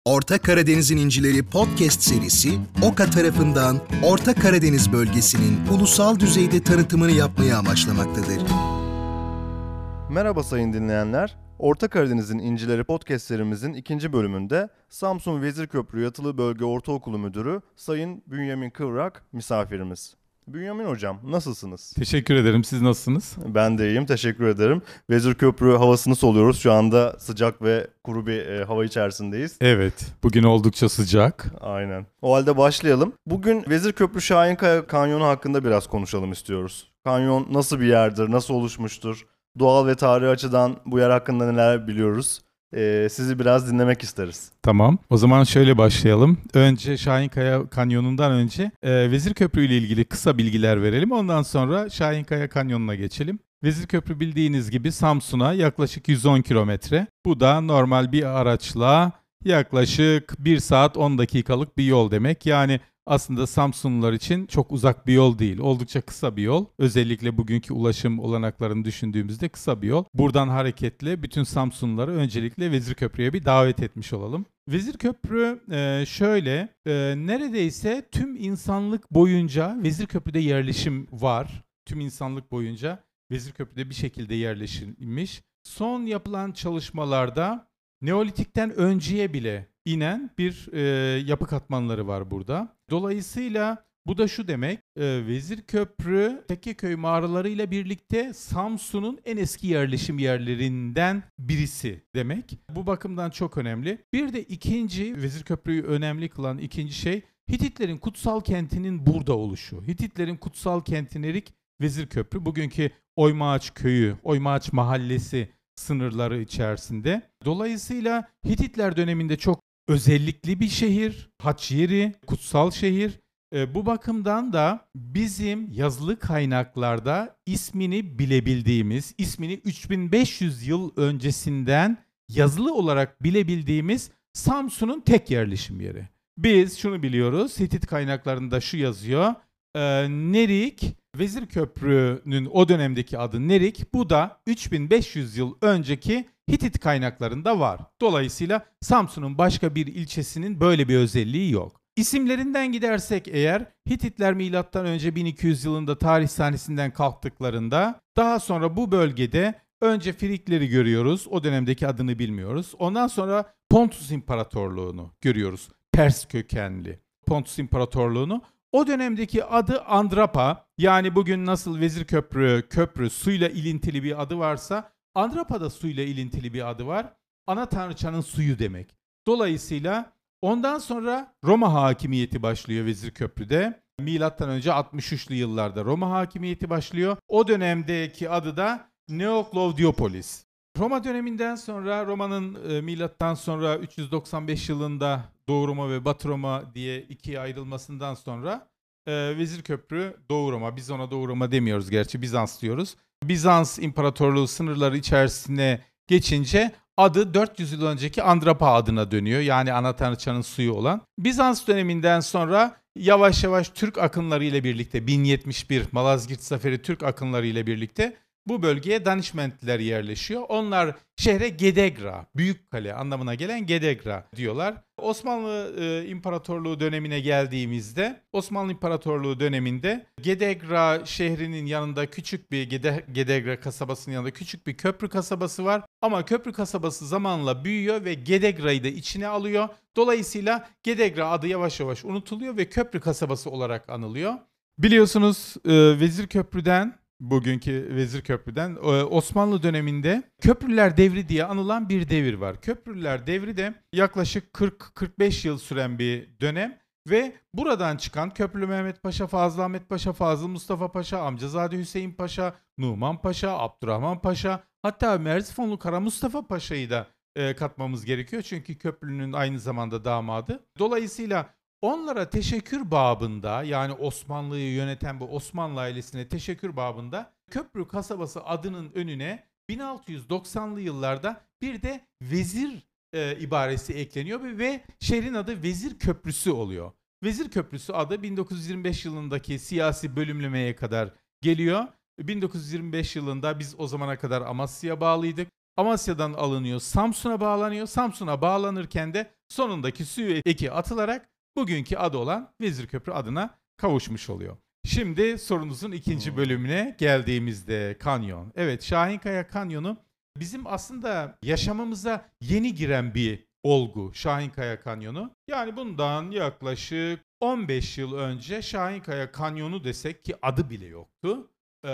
Orta Karadeniz'in İncileri podcast serisi OKA tarafından Orta Karadeniz bölgesinin ulusal düzeyde tanıtımını yapmayı amaçlamaktadır. Merhaba sayın dinleyenler. Orta Karadeniz'in İncileri podcast serimizin ikinci bölümünde Samsun Vezirköprü Yatılı Bölge Ortaokulu Müdürü Sayın Bünyamin Kıvrak misafirimiz. Bünyamin Hocam nasılsınız? Teşekkür ederim. Siz nasılsınız? Ben de iyiyim. Teşekkür ederim. Vezirköprü havasını soluyoruz. Şu anda sıcak ve kuru bir hava içerisindeyiz. Evet. Bugün oldukça sıcak. Aynen. O halde başlayalım. Bugün Vezirköprü Şahinkaya Kanyonu hakkında biraz konuşalım istiyoruz. Kanyon nasıl bir yerdir? Nasıl oluşmuştur? Doğal ve tarihi açıdan bu yer hakkında neler biliyoruz? Sizi biraz dinlemek isteriz. Tamam. O zaman şöyle başlayalım. Önce Şahinkaya Kanyonu'ndan önce Vezirköprü ile ilgili kısa bilgiler verelim. Ondan sonra Şahinkaya Kanyonu'na geçelim. Vezirköprü bildiğiniz gibi Samsun'a yaklaşık 110 kilometre. Bu da normal bir araçla yaklaşık 1 saat 10 dakikalık bir yol demek. Yani aslında Samsunlular için çok uzak bir yol değil. Oldukça kısa bir yol. Özellikle bugünkü ulaşım olanaklarını düşündüğümüzde kısa bir yol. Buradan hareketle bütün Samsunluları öncelikle Vezirköprü'ye bir davet etmiş olalım. Vezirköprü neredeyse tüm insanlık boyunca Vezirköprü'de yerleşim var. Tüm insanlık boyunca Vezirköprü'de bir şekilde yerleşilmiş. Son yapılan çalışmalarda Neolitik'ten önceye bile inen bir yapı katmanları var burada. Dolayısıyla bu da şu demek, Vezirköprü, Tekkeköy mağaraları ile birlikte Samsun'un en eski yerleşim yerlerinden birisi demek. Bu bakımdan çok önemli. Bir de ikinci, Vezirköprü'yü önemli kılan ikinci şey, Hititlerin kutsal kentinin burada oluşu. Hititlerin kutsal kenti Nerik, Vezirköprü, bugünkü Oymaağaç köyü, Oymaağaç mahallesi sınırları içerisinde. Dolayısıyla Hititler döneminde çok özellikli bir şehir, haç yeri, kutsal şehir. Bu bakımdan da bizim yazılı kaynaklarda ismini bilebildiğimiz, ismini 3500 yıl öncesinden yazılı olarak bilebildiğimiz Samsun'un tek yerleşim yeri. Biz şunu biliyoruz, Hitit kaynaklarında şu yazıyor, Nerik, Vezirköprü'nün o dönemdeki adı Nerik, bu da 3500 yıl önceki Hitit kaynaklarında var. Dolayısıyla Samsun'un başka bir ilçesinin böyle bir özelliği yok. İsimlerinden gidersek eğer, Hititler M.Ö. 1200 yılında tarih sahnesinden kalktıklarında, daha sonra bu bölgede önce Frikleri görüyoruz, o dönemdeki adını bilmiyoruz. Ondan sonra Pontus İmparatorluğunu görüyoruz, Pers kökenli Pontus İmparatorluğunu. O dönemdeki adı Andrapa, yani bugün nasıl Vezirköprü, köprü suyla ilintili bir adı varsa, Andrapa'da suyla ilintili bir adı var. Ana tanrıçanın suyu demek. Dolayısıyla ondan sonra Roma hakimiyeti başlıyor Vezirköprü'de. Milattan önce 63'lü yıllarda Roma hakimiyeti başlıyor. O dönemdeki adı da Neoklodiopolis. Roma döneminden sonra, Roma'nın milattan sonra 395 yılında Doğu Roma ve Batı Roma diye ikiye ayrılmasından sonra Vezirköprü Doğu Roma, biz ona Doğu Roma demiyoruz gerçi, Bizans diyoruz. Bizans İmparatorluğu sınırları içerisine geçince adı 400 yıl önceki Andrapa adına dönüyor. Yani ana tanrıçanın suyu olan. Bizans döneminden sonra yavaş yavaş Türk akınları ile birlikte 1071 Malazgirt Zaferi Türk akınları ile birlikte bu bölgeye Danişmentliler yerleşiyor. Onlar şehre Gedegra, büyük kale anlamına gelen Gedegra diyorlar. Osmanlı İmparatorluğu dönemine geldiğimizde, Osmanlı İmparatorluğu döneminde Gedegra şehrinin yanında küçük bir Gedegra kasabasının yanında küçük bir köprü kasabası var. Ama köprü kasabası zamanla büyüyor ve Gedegra'yı da içine alıyor. Dolayısıyla Gedegra adı yavaş yavaş unutuluyor ve köprü kasabası olarak anılıyor. Biliyorsunuz Vezirköprü'den, bugünkü Vezirköprü'den Osmanlı döneminde Köprüler Devri diye anılan bir devir var. Köprüler Devri de yaklaşık 40-45 yıl süren bir dönem ve buradan çıkan Köprülü Mehmet Paşa, Fazıl Ahmet Paşa, Fazıl Mustafa Paşa, Amcazade Hüseyin Paşa, Numan Paşa, Abdurrahman Paşa, hatta Merzifonlu Kara Mustafa Paşa'yı da katmamız gerekiyor. Çünkü köprünün aynı zamanda damadı. Dolayısıyla onlara teşekkür babında, yani Osmanlı'yı yöneten bu Osmanlı ailesine teşekkür babında köprü kasabası adının önüne 1690'lı yıllarda bir de vezir ibaresi ekleniyor ve şehrin adı Vezir Köprüsü oluyor. Vezir Köprüsü adı 1925 yılındaki siyasi bölümlemeye kadar geliyor. 1925 yılında biz o zamana kadar Amasya'ya bağlıydık. Amasya'dan alınıyor, Samsun'a bağlanıyor. Samsun'a bağlanırken de sonundaki suyu eki atılarak bugünkü adı olan Vezirköprü adına kavuşmuş oluyor. Şimdi sorunuzun ikinci bölümüne geldiğimizde kanyon. Evet, Şahinkaya Kanyonu bizim aslında yaşamımıza yeni giren bir olgu Şahinkaya Kanyonu. Yani bundan yaklaşık 15 yıl önce Şahinkaya Kanyonu desek ki adı bile yoktu.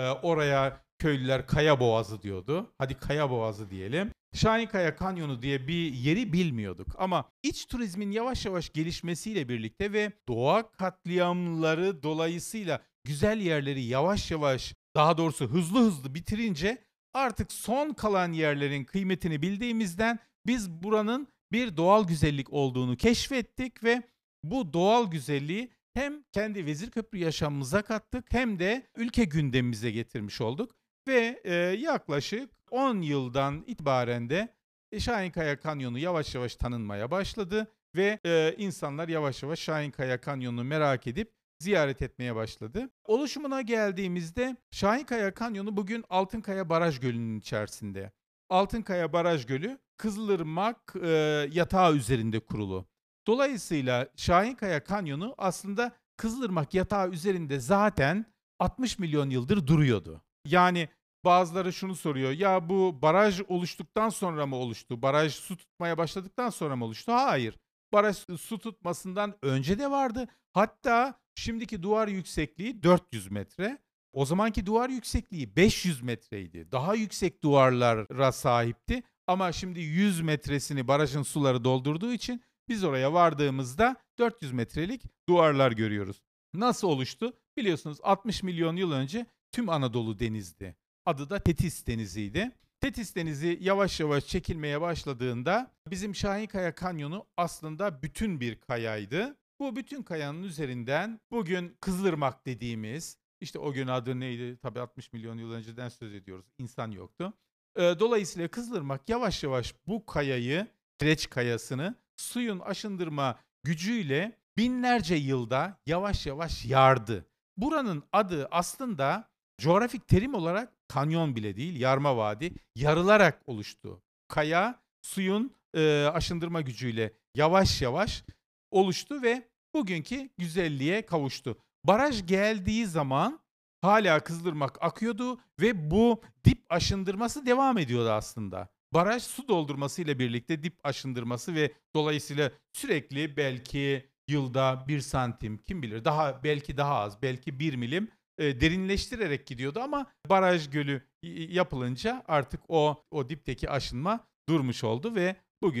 Oraya köylüler Kaya Boğazı diyordu. Hadi Kaya Boğazı diyelim. Şahinkaya Kanyonu diye bir yeri bilmiyorduk. Ama iç turizmin yavaş yavaş gelişmesiyle birlikte ve doğa katliamları dolayısıyla güzel yerleri yavaş yavaş, daha doğrusu hızlı hızlı bitirince artık son kalan yerlerin kıymetini bildiğimizden biz buranın bir doğal güzellik olduğunu keşfettik ve bu doğal güzelliği hem kendi Vezirköprü yaşamımıza kattık hem de ülke gündemimize getirmiş olduk. Ve yaklaşık 10 yıldan itibaren de Şahinkaya Kanyonu yavaş yavaş tanınmaya başladı ve insanlar yavaş yavaş Şahinkaya Kanyonu'nu merak edip ziyaret etmeye başladı. Oluşumuna geldiğimizde Şahinkaya Kanyonu bugün Altınkaya Baraj Gölü'nün içerisinde. Altınkaya Baraj Gölü Kızılırmak yatağı üzerinde kurulu. Dolayısıyla Şahinkaya Kanyonu aslında Kızılırmak yatağı üzerinde zaten 60 milyon yıldır duruyordu. Yani bazıları şunu soruyor, ya bu baraj oluştuktan sonra mı oluştu? Baraj su tutmaya başladıktan sonra mı oluştu? Hayır. Baraj su tutmasından önce de vardı. Hatta şimdiki duvar yüksekliği 400 metre. O zamanki duvar yüksekliği 500 metreydi. Daha yüksek duvarlara sahipti. Ama şimdi 100 metresini barajın suları doldurduğu için biz oraya vardığımızda 400 metrelik duvarlar görüyoruz. Nasıl oluştu? Biliyorsunuz 60 milyon yıl önce tüm Anadolu denizdi. Adı da Tetis Denizi'ydi. Tetis Denizi yavaş yavaş çekilmeye başladığında bizim Şahinkaya Kanyonu aslında bütün bir kayaydı. Bu bütün kayanın üzerinden bugün Kızılırmak dediğimiz, işte o gün adı neydi? Tabii 60 milyon yıl önceden söz ediyoruz. İnsan yoktu. Dolayısıyla Kızılırmak yavaş yavaş bu kayayı, Kireç Kayası'nı suyun aşındırma gücüyle binlerce yılda yavaş yavaş yardı. Buranın adı aslında coğrafik terim olarak kanyon bile değil, yarma vadi, yarılarak oluştu. Kaya suyun aşındırma gücüyle yavaş yavaş oluştu ve bugünkü güzelliğe kavuştu. Baraj geldiği zaman hala Kızılırmak akıyordu ve bu dip aşındırması devam ediyordu aslında. Baraj su doldurmasıyla birlikte dip aşındırması ve dolayısıyla sürekli belki yılda 1 santim, kim bilir daha belki daha az, belki 1 milim derinleştirerek gidiyordu ama baraj gölü yapılınca artık o dipteki aşınma durmuş oldu ve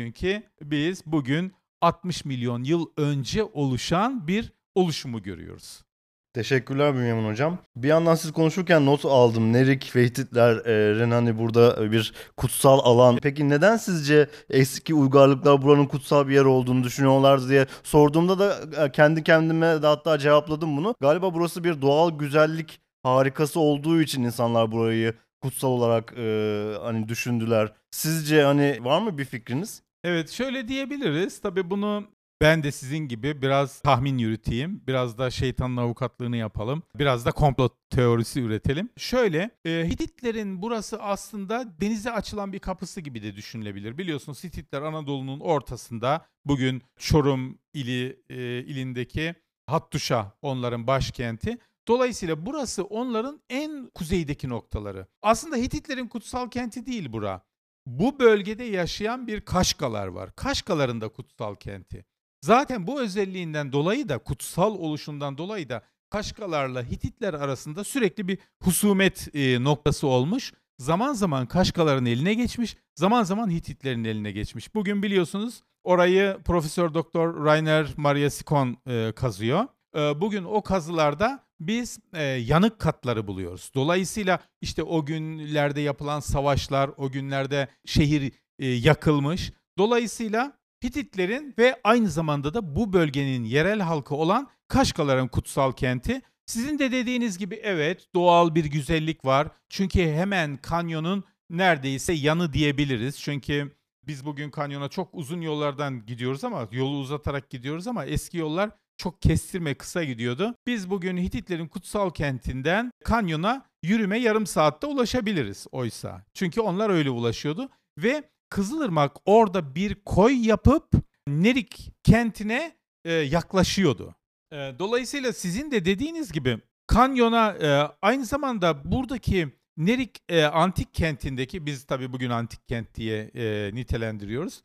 biz bugün 60 milyon yıl önce oluşan bir oluşumu görüyoruz. Teşekkürler Bünyamin Hocam. Bir yandan siz konuşurken not aldım. Nerik ve Hititlerin hani burada bir kutsal alan. Peki neden sizce eski uygarlıklar buranın kutsal bir yer olduğunu düşünüyorlar diye sorduğumda da kendi kendime de hatta cevapladım bunu. Galiba burası bir doğal güzellik harikası olduğu için insanlar burayı kutsal olarak hani düşündüler. Sizce hani var mı bir fikriniz? Evet, şöyle diyebiliriz. Tabii bunu ben de sizin gibi biraz tahmin yürüteyim. Biraz da şeytanın avukatlığını yapalım. Biraz da komplo teorisi üretelim. Şöyle, Hititlerin burası aslında denize açılan bir kapısı gibi de düşünülebilir. Biliyorsunuz Hititler Anadolu'nun ortasında. Bugün Çorum ilindeki Hattuşa onların başkenti. Dolayısıyla burası onların en kuzeydeki noktaları. Aslında Hititlerin kutsal kenti değil bura. Bu bölgede yaşayan bir Kaşgalar var. Kaşgaların da kutsal kenti. Zaten bu özelliğinden dolayı da, kutsal oluşundan dolayı da Kaşgalarla Hititler arasında sürekli bir husumet noktası olmuş. Zaman zaman Kaşgaların eline geçmiş, zaman zaman Hititlerin eline geçmiş. Bugün biliyorsunuz orayı Profesör Doktor Rainer Maria Sikon kazıyor. Bugün o kazılarda biz yanık katları buluyoruz. Dolayısıyla işte o günlerde yapılan savaşlar, o günlerde şehir yakılmış. Dolayısıyla Hititlerin ve aynı zamanda da bu bölgenin yerel halkı olan Kaşgaların kutsal kenti. Sizin de dediğiniz gibi evet, doğal bir güzellik var. Çünkü hemen kanyonun neredeyse yanı diyebiliriz. Çünkü biz bugün kanyona çok uzun yollardan gidiyoruz ama yolu uzatarak gidiyoruz ama eski yollar çok kestirme kısa gidiyordu. Biz bugün Hititlerin kutsal kentinden kanyona yürüme yarım saatte ulaşabiliriz oysa. Çünkü onlar öyle ulaşıyordu. Ve Kızılırmak orada bir koy yapıp Nerik kentine yaklaşıyordu. Dolayısıyla sizin de dediğiniz gibi kanyona aynı zamanda buradaki Nerik antik kentindeki, biz tabii bugün antik kent diye nitelendiriyoruz.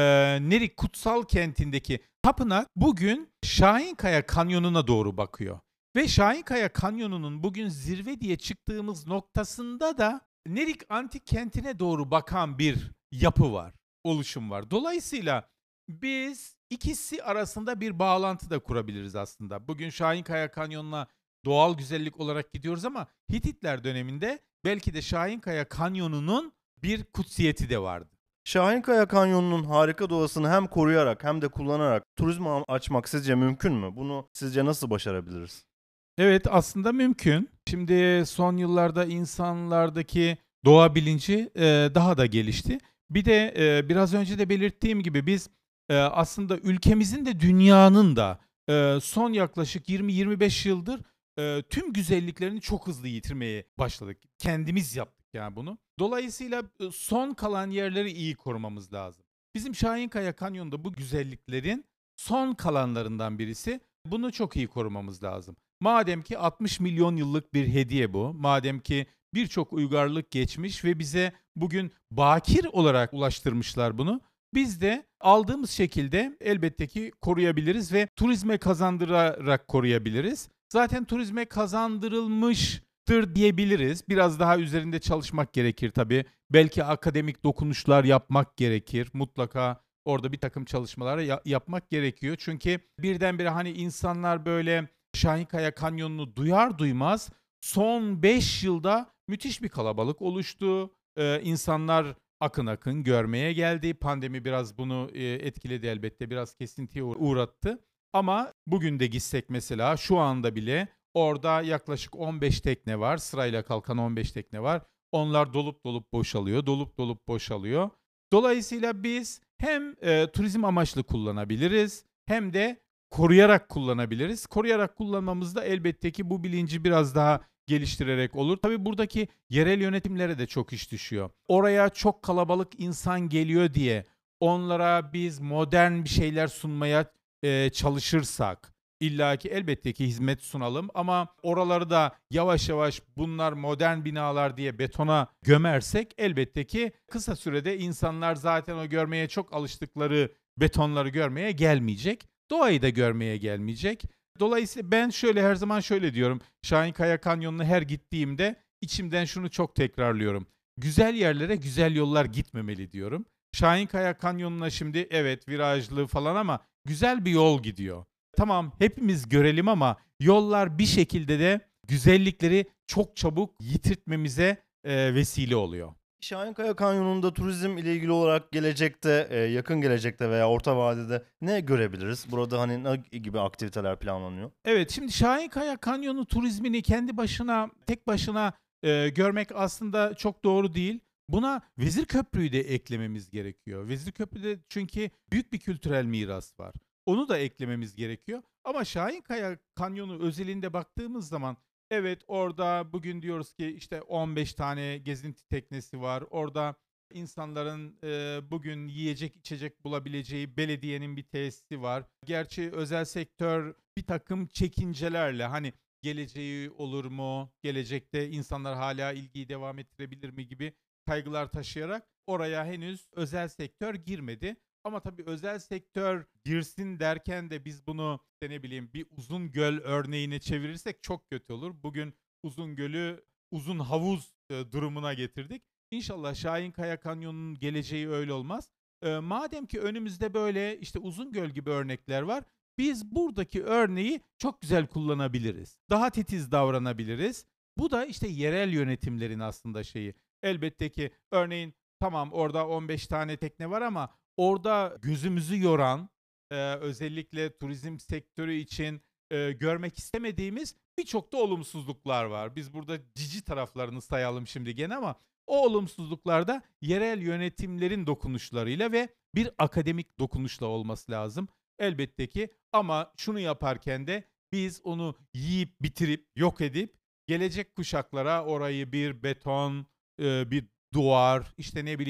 Nerik kutsal kentindeki tapınak bugün Şahinkaya Kanyonu'na doğru bakıyor. Ve Şahinkaya Kanyonu'nun bugün zirve diye çıktığımız noktasında da Nerik antik kentine doğru bakan bir yapı var, oluşum var. Dolayısıyla biz ikisi arasında bir bağlantı da kurabiliriz aslında. Bugün Şahinkaya Kanyonu'na doğal güzellik olarak gidiyoruz ama Hititler döneminde belki de Şahinkaya Kanyonu'nun bir kutsiyeti de vardı. Şahinkaya Kanyonu'nun harika doğasını hem koruyarak hem de kullanarak turizme açmak sizce mümkün mü? Bunu sizce nasıl başarabiliriz? Evet, aslında mümkün. Şimdi son yıllarda insanlardaki doğa bilinci daha da gelişti. Bir de biraz önce de belirttiğim gibi biz aslında ülkemizin de dünyanın da son yaklaşık 20-25 yıldır tüm güzelliklerini çok hızlı yitirmeye başladık. Kendimiz yaptık yani bunu. Dolayısıyla son kalan yerleri iyi korumamız lazım. Bizim Şahinkaya Kanyonu'nda bu güzelliklerin son kalanlarından birisi. Bunu çok iyi korumamız lazım. Madem ki 60 milyon yıllık bir hediye bu, madem ki birçok uygarlık geçmiş ve bize bugün bakir olarak ulaştırmışlar bunu, biz de aldığımız şekilde elbette ki koruyabiliriz ve turizme kazandırarak koruyabiliriz. Zaten turizme kazandırılmıştır diyebiliriz. Biraz daha üzerinde çalışmak gerekir tabii. Belki akademik dokunuşlar yapmak gerekir. Mutlaka orada bir takım çalışmalar yapmak gerekiyor. Çünkü birdenbire hani insanlar böyle Şahinkaya Kanyonu'nu duyar duymaz son 5 yılda müthiş bir kalabalık oluştu. İnsanlar akın akın görmeye geldi. Pandemi biraz bunu etkiledi elbette. Biraz kesintiye uğrattı. Ama bugün de gitsek mesela şu anda bile orada yaklaşık 15 tekne var. Sırayla kalkan 15 tekne var. Onlar dolup dolup boşalıyor. Dolup dolup boşalıyor. Dolayısıyla biz hem turizm amaçlı kullanabiliriz hem de koruyarak kullanabiliriz. Koruyarak kullanmamız da elbette ki bu bilinci biraz daha geliştirerek olur. Tabii buradaki yerel yönetimlere de çok iş düşüyor. Oraya çok kalabalık insan geliyor diye onlara biz modern bir şeyler sunmaya çalışırsak, illaki elbette ki hizmet sunalım ama oraları da yavaş yavaş bunlar modern binalar diye betona gömersek elbette ki kısa sürede insanlar zaten o görmeye çok alıştıkları betonları görmeye gelmeyecek. Doğayı da görmeye gelmeyecek. Dolayısıyla ben her zaman şöyle diyorum. Şahinkaya Kanyonu'na her gittiğimde içimden şunu çok tekrarlıyorum. Güzel yerlere güzel yollar gitmemeli diyorum. Şahinkaya Kanyonu'na şimdi evet virajlı falan ama güzel bir yol gidiyor. Tamam hepimiz görelim ama yollar bir şekilde de güzellikleri çok çabuk yitirtmemize vesile oluyor. Şahinkaya Kanyonu'nda turizm ile ilgili olarak gelecekte, yakın gelecekte veya orta vadede ne görebiliriz? Burada hani ne gibi aktiviteler planlanıyor? Evet, şimdi Şahinkaya Kanyonu turizmini kendi başına, tek başına görmek aslında çok doğru değil. Buna Vezirköprü'yü de eklememiz gerekiyor. Vezirköprü'de çünkü büyük bir kültürel miras var. Onu da eklememiz gerekiyor. Ama Şahinkaya Kanyonu özelinde baktığımız zaman evet orada bugün diyoruz ki işte 15 tane gezinti teknesi var. Orada insanların bugün yiyecek içecek bulabileceği belediyenin bir tesisi var. Gerçi özel sektör bir takım çekincelerle hani geleceği olur mu, gelecekte insanlar hala ilgiyi devam ettirebilir mi gibi kaygılar taşıyarak oraya henüz özel sektör girmedi. Ama tabii özel sektör girsin derken de biz bunu işte ne bileyim bir uzun göl örneğine çevirirsek çok kötü olur. Bugün uzun gölü uzun havuz durumuna getirdik. İnşallah Şahinkaya Kanyonu'nun geleceği öyle olmaz. Madem ki önümüzde böyle işte Uzungöl gibi örnekler var, biz buradaki örneği çok güzel kullanabiliriz. Daha titiz davranabiliriz. Bu da işte yerel yönetimlerin aslında şeyi. Elbette ki örneğin tamam orada 15 tane tekne var ama orada gözümüzü yoran özellikle turizm sektörü için görmek istemediğimiz birçok da olumsuzluklar var. Biz burada cici taraflarını sayalım şimdi gene ama o olumsuzluklarda yerel yönetimlerin dokunuşlarıyla ve bir akademik dokunuşla olması lazım. Elbette ki ama şunu yaparken de biz onu yiyip bitirip yok edip gelecek kuşaklara orayı bir beton, bir duvar, işte ne bileyim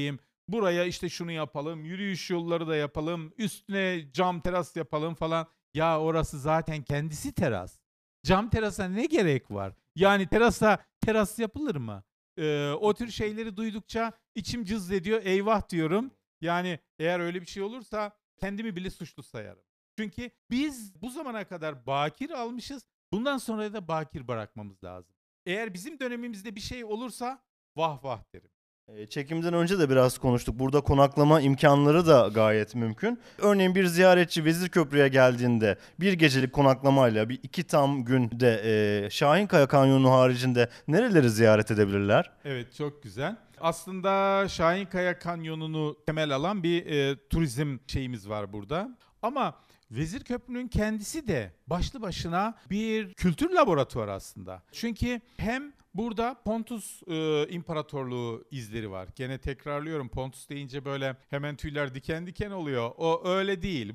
Buraya işte şunu yapalım, yürüyüş yolları da yapalım, üstüne cam teras yapalım falan. Ya orası zaten kendisi teras. Cam terasa ne gerek var? Yani teras yapılır mı? O tür şeyleri duydukça içim cız ediyor. Eyvah diyorum. Yani eğer öyle bir şey olursa kendimi bile suçlu sayarım. Çünkü biz bu zamana kadar bakir almışız. Bundan sonra da bakir bırakmamız lazım. Eğer bizim dönemimizde bir şey olursa vah vah derim. Çekimden önce de biraz konuştuk. Burada konaklama imkanları da gayet mümkün. Örneğin bir ziyaretçi Vezirköprü'ye geldiğinde bir gecelik konaklamayla bir 2 tam günde Şahinkaya Kanyonu haricinde nereleri ziyaret edebilirler? Evet, çok güzel. Aslında Şahinkaya Kanyonu'nu temel alan bir turizm şeyimiz var burada. Ama Vezirköprü'nün kendisi de başlı başına bir kültür laboratuvarı aslında. Çünkü hem burada Pontus İmparatorluğu izleri var. Gene tekrarlıyorum, Pontus deyince böyle hemen tüyler diken diken oluyor. O öyle değil.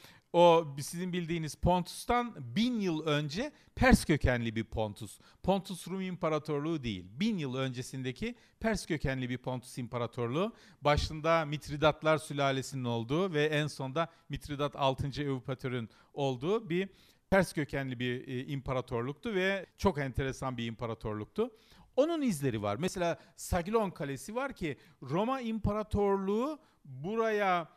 O sizin bildiğiniz Pontus'tan 1000 yıl önce Pers kökenli bir Pontus. Pontus Rum İmparatorluğu değil. 1000 yıl öncesindeki Pers kökenli bir Pontus İmparatorluğu. Başında Mitridatlar sülalesinin olduğu ve en sonda Mitridat 6. Evpatör'ün olduğu bir Pers kökenli bir imparatorluktu ve çok enteresan bir imparatorluktu. Onun izleri var. Mesela Sagilon Kalesi var ki Roma İmparatorluğu buraya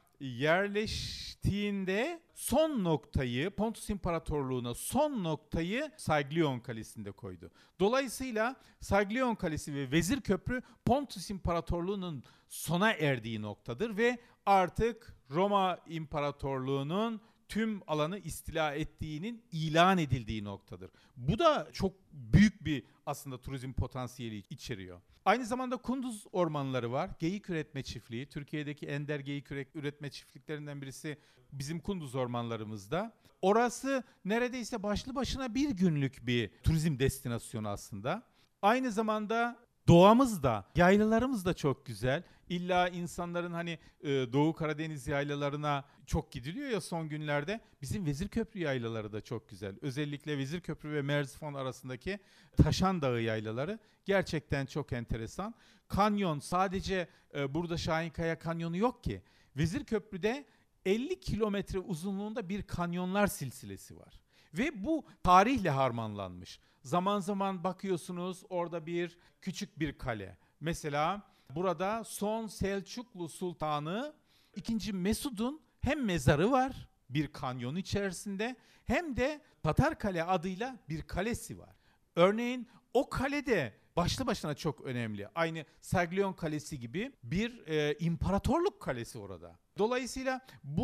yerleştiğinde son noktayı, Pontus İmparatorluğu'na son noktayı Saglion Kalesi'nde koydu. Dolayısıyla Saglion Kalesi ve Vezirköprü Pontus İmparatorluğu'nun sona erdiği noktadır ve artık Roma İmparatorluğu'nun tüm alanı istila ettiğinin ilan edildiği noktadır. Bu da çok büyük bir aslında turizm potansiyeli içeriyor. Aynı zamanda Kunduz ormanları var. Geyik üretme çiftliği. Türkiye'deki ender geyik üretme çiftliklerinden birisi bizim Kunduz ormanlarımızda. Orası neredeyse başlı başına bir günlük bir turizm destinasyonu aslında. Aynı zamanda doğamız da, yaylalarımız da çok güzel. İlla insanların hani Doğu Karadeniz yaylalarına çok gidiliyor ya son günlerde. Bizim Vezirköprü yaylaları da çok güzel. Özellikle Vezirköprü ve Merzifon arasındaki Taşan Dağı yaylaları gerçekten çok enteresan. Kanyon sadece burada Şahinkaya Kanyonu yok ki. Vezirköprü'de 50 kilometre uzunluğunda bir kanyonlar silsilesi var. Ve bu tarihle harmanlanmış. Zaman zaman bakıyorsunuz orada küçük bir kale. Mesela burada son Selçuklu Sultanı 2. Mesud'un hem mezarı var bir kanyon içerisinde hem de Tatarkale adıyla bir kalesi var. Örneğin o kalede başlı başına çok önemli. Aynı Saglion Kalesi gibi bir imparatorluk kalesi orada. Dolayısıyla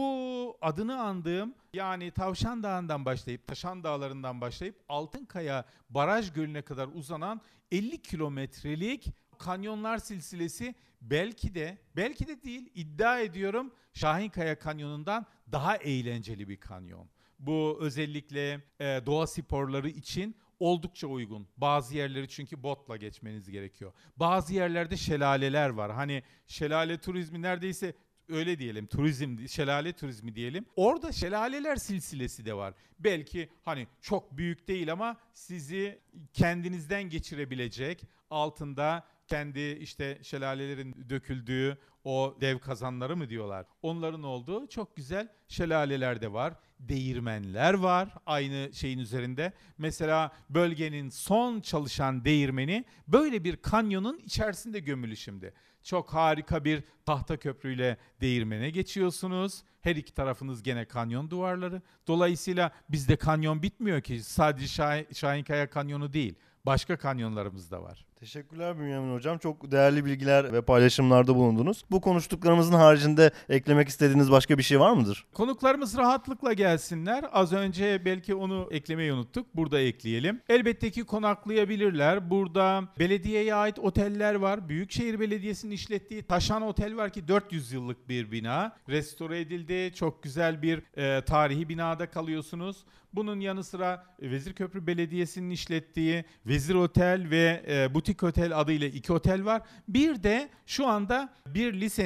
bu adını andığım yani Tavşan Dağı'ndan başlayıp Taşan Dağları'ndan başlayıp Altınkaya Baraj Gölü'ne kadar uzanan 50 kilometrelik kanyonlar silsilesi belki de değil iddia ediyorum Şahinkaya Kanyonu'ndan daha eğlenceli bir kanyon. Bu özellikle doğa sporları için oldukça uygun. Bazı yerleri çünkü botla geçmeniz gerekiyor. Bazı yerlerde şelaleler var. Hani şelale turizmi neredeyse öyle diyelim, şelale turizmi diyelim. Orada şelaleler silsilesi de var. Belki hani çok büyük değil ama sizi kendinizden geçirebilecek, altında kendi işte şelalelerin döküldüğü o dev kazanları mı diyorlar. Onların olduğu çok güzel şelaleler de var. Değirmenler var aynı şeyin üzerinde. Mesela bölgenin son çalışan değirmeni böyle bir kanyonun içerisinde gömülü şimdi. Çok harika bir tahta köprüyle değirmene geçiyorsunuz. Her iki tarafınız gene kanyon duvarları. Dolayısıyla bizde kanyon bitmiyor ki. Sadece Şahinkaya Kanyonu değil. Başka kanyonlarımız da var. Teşekkürler Bünyamin Hocam. Çok değerli bilgiler ve paylaşımlarda bulundunuz. Bu konuştuklarımızın haricinde eklemek istediğiniz başka bir şey var mıdır? Konuklarımız rahatlıkla gelsinler. Az önce belki onu eklemeyi unuttuk. Burada ekleyelim. Elbette ki konaklayabilirler. Burada belediyeye ait oteller var. Büyükşehir Belediyesi'nin işlettiği Taşan Otel var ki 400 yıllık bir bina. Restore edildi. Çok güzel bir tarihi binada kalıyorsunuz. Bunun yanı sıra Vezirköprü Belediyesi'nin işlettiği Vezir Otel ve Butik Otel adıyla 2 otel var. Bir de şu anda bir lisenin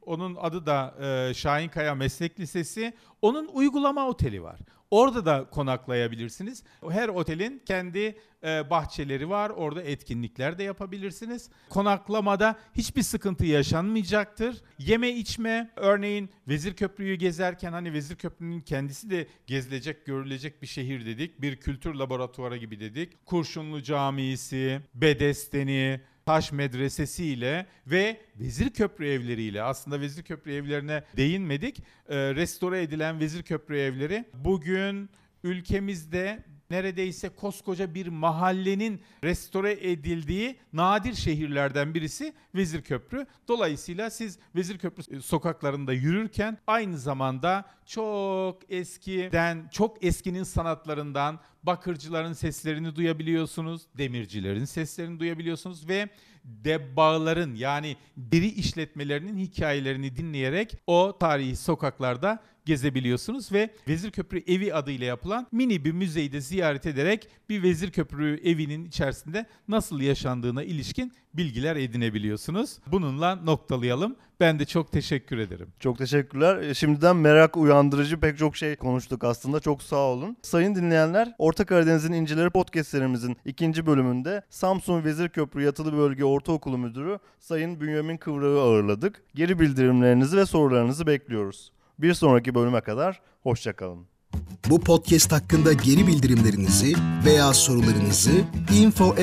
Onun adı da Şahinkaya Meslek Lisesi. Onun uygulama oteli var. Orada da konaklayabilirsiniz. Her otelin kendi bahçeleri var. Orada etkinlikler de yapabilirsiniz. Konaklamada hiçbir sıkıntı yaşanmayacaktır. Yeme içme, örneğin Vezirköprü'yü gezerken hani Vezirköprü'nün kendisi de gezilecek, görülecek bir şehir dedik. Bir kültür laboratuvarı gibi dedik. Kurşunlu Camisi, Bedesten'i, Taş Medresesi ile ve Vezirköprü evleriyle, aslında Vezirköprü evlerine değinmedik. Restore edilen Vezirköprü evleri bugün ülkemizde neredeyse koskoca bir mahallenin restore edildiği nadir şehirlerden birisi Vezirköprü. Dolayısıyla siz Vezirköprü sokaklarında yürürken aynı zamanda çok eskinin sanatlarından bakırcıların seslerini duyabiliyorsunuz, demircilerin seslerini duyabiliyorsunuz ve debbağların yani deri işletmelerinin hikayelerini dinleyerek o tarihi sokaklarda gezebiliyorsunuz ve Vezirköprü Evi adıyla yapılan mini bir müzeyi de ziyaret ederek bir Vezirköprü evinin içerisinde nasıl yaşandığına ilişkin bilgiler edinebiliyorsunuz. Bununla noktalayalım. Ben de çok teşekkür ederim. Çok teşekkürler. Şimdiden merak uyandırıcı pek çok şey konuştuk aslında. Çok sağ olun. Sayın dinleyenler, Orta Karadeniz'in İncileri podcast serimizin 2. bölümünde Samsun Vezirköprü Yatılı Bölge Ortaokulu Müdürü Sayın Bünyamin Kıvrak'ı ağırladık. Geri bildirimlerinizi ve sorularınızı bekliyoruz. Bir sonraki bölüme kadar hoşça kalın. Bu podcast hakkında geri bildirimlerinizi veya sorularınızı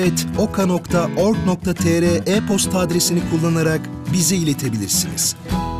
info@oka.org.tr e-posta adresini kullanarak bize iletebilirsiniz.